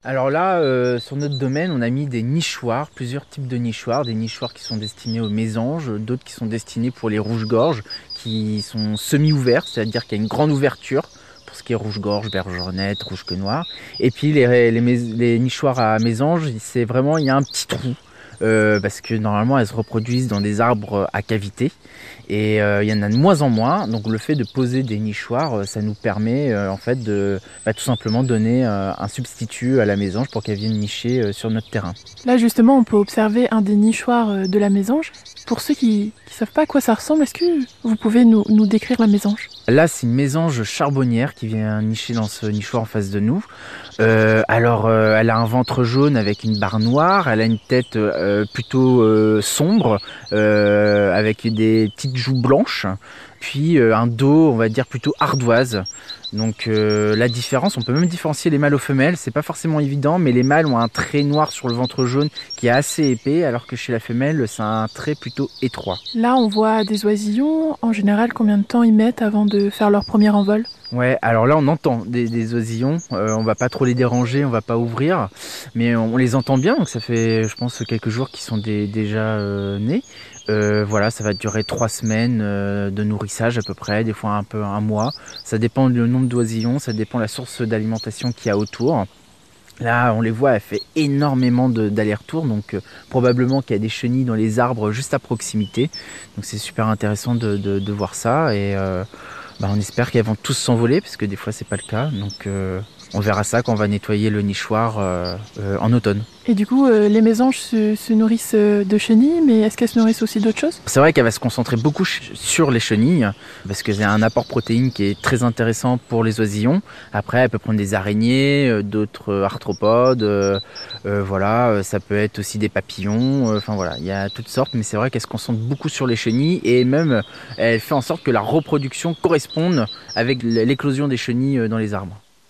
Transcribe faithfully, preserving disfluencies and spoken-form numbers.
Alors là, euh, sur notre domaine, on a mis des nichoirs, plusieurs types de nichoirs, des nichoirs qui sont destinés aux mésanges, d'autres qui sont destinés pour les rouges-gorges, qui sont semi-ouverts, c'est-à-dire qu'il y a une grande ouverture pour ce qui est rouge-gorge, bergeronnette, rouge-queue noire. Et puis les, les, més- les nichoirs à mésanges, c'est vraiment, il y a un petit trou. Euh, parce que normalement elles se reproduisent dans des arbres à cavité et euh, il y en a de moins en moins, donc le fait de poser des nichoirs, euh, ça nous permet euh, en fait de bah, tout simplement donner euh, un substitut à la mésange pour qu'elle vienne nicher euh, sur notre terrain. Là, justement, on peut observer un des nichoirs euh, de la mésange. Pour ceux qui ne savent pas à quoi ça ressemble, est-ce que vous pouvez nous, nous décrire la mésange? Là, c'est une mésange charbonnière qui vient nicher dans ce nichoir en face de nous. Euh, alors, euh, elle a un ventre jaune avec une barre noire. Elle a une tête euh, plutôt euh, sombre euh, avec des petites joues blanches. Puis euh, un dos, on va dire plutôt ardoise. Donc euh, la différence, on peut même différencier les mâles aux femelles. C'est pas forcément évident, mais les mâles ont un trait noir sur le ventre jaune qui est assez épais, alors que chez la femelle, c'est un trait plutôt étroit. Là, on voit des oisillons. En général, combien de temps ils mettent avant de faire leur premier envol? Ouais, alors là on entend des, des oisillons, euh, on va pas trop les déranger, on va pas ouvrir, mais on, on les entend bien, donc ça fait je pense quelques jours qu'ils sont dé- déjà euh, nés. Euh, voilà, ça va durer trois semaines euh, de nourrissage à peu près, des fois un peu un mois. Ça dépend du nombre d'oisillons, ça dépend de la source d'alimentation qu'il y a autour. Là, on les voit, elle fait énormément de- d'allers-retours, donc euh, probablement qu'il y a des chenilles dans les arbres juste à proximité. Donc c'est super intéressant de, de- de voir ça et euh, bah, on espère qu'elles vont tous s'envoler parce que des fois c'est pas le cas. Donc euh, on verra ça quand on va nettoyer le nichoir euh, euh, en automne. Et du coup, euh, les mésanges se, se nourrissent euh, de chenilles, mais est-ce qu'elles se nourrissent aussi d'autres choses? C'est vrai qu'elle va se concentrer beaucoup ch- sur les chenilles parce que c'est un apport protéine qui est très intéressant pour les oisillons. Après, elle peut prendre des araignées, euh, d'autres euh, arthropodes, euh, euh, voilà, euh, ça peut être aussi des papillons. euh, Enfin voilà, il y a toutes sortes, mais c'est vrai qu'elle se concentre beaucoup sur les chenilles et même euh, elle fait en sorte que la reproduction corresponde avec l- l'éclosion des chenilles euh, dans les arbres.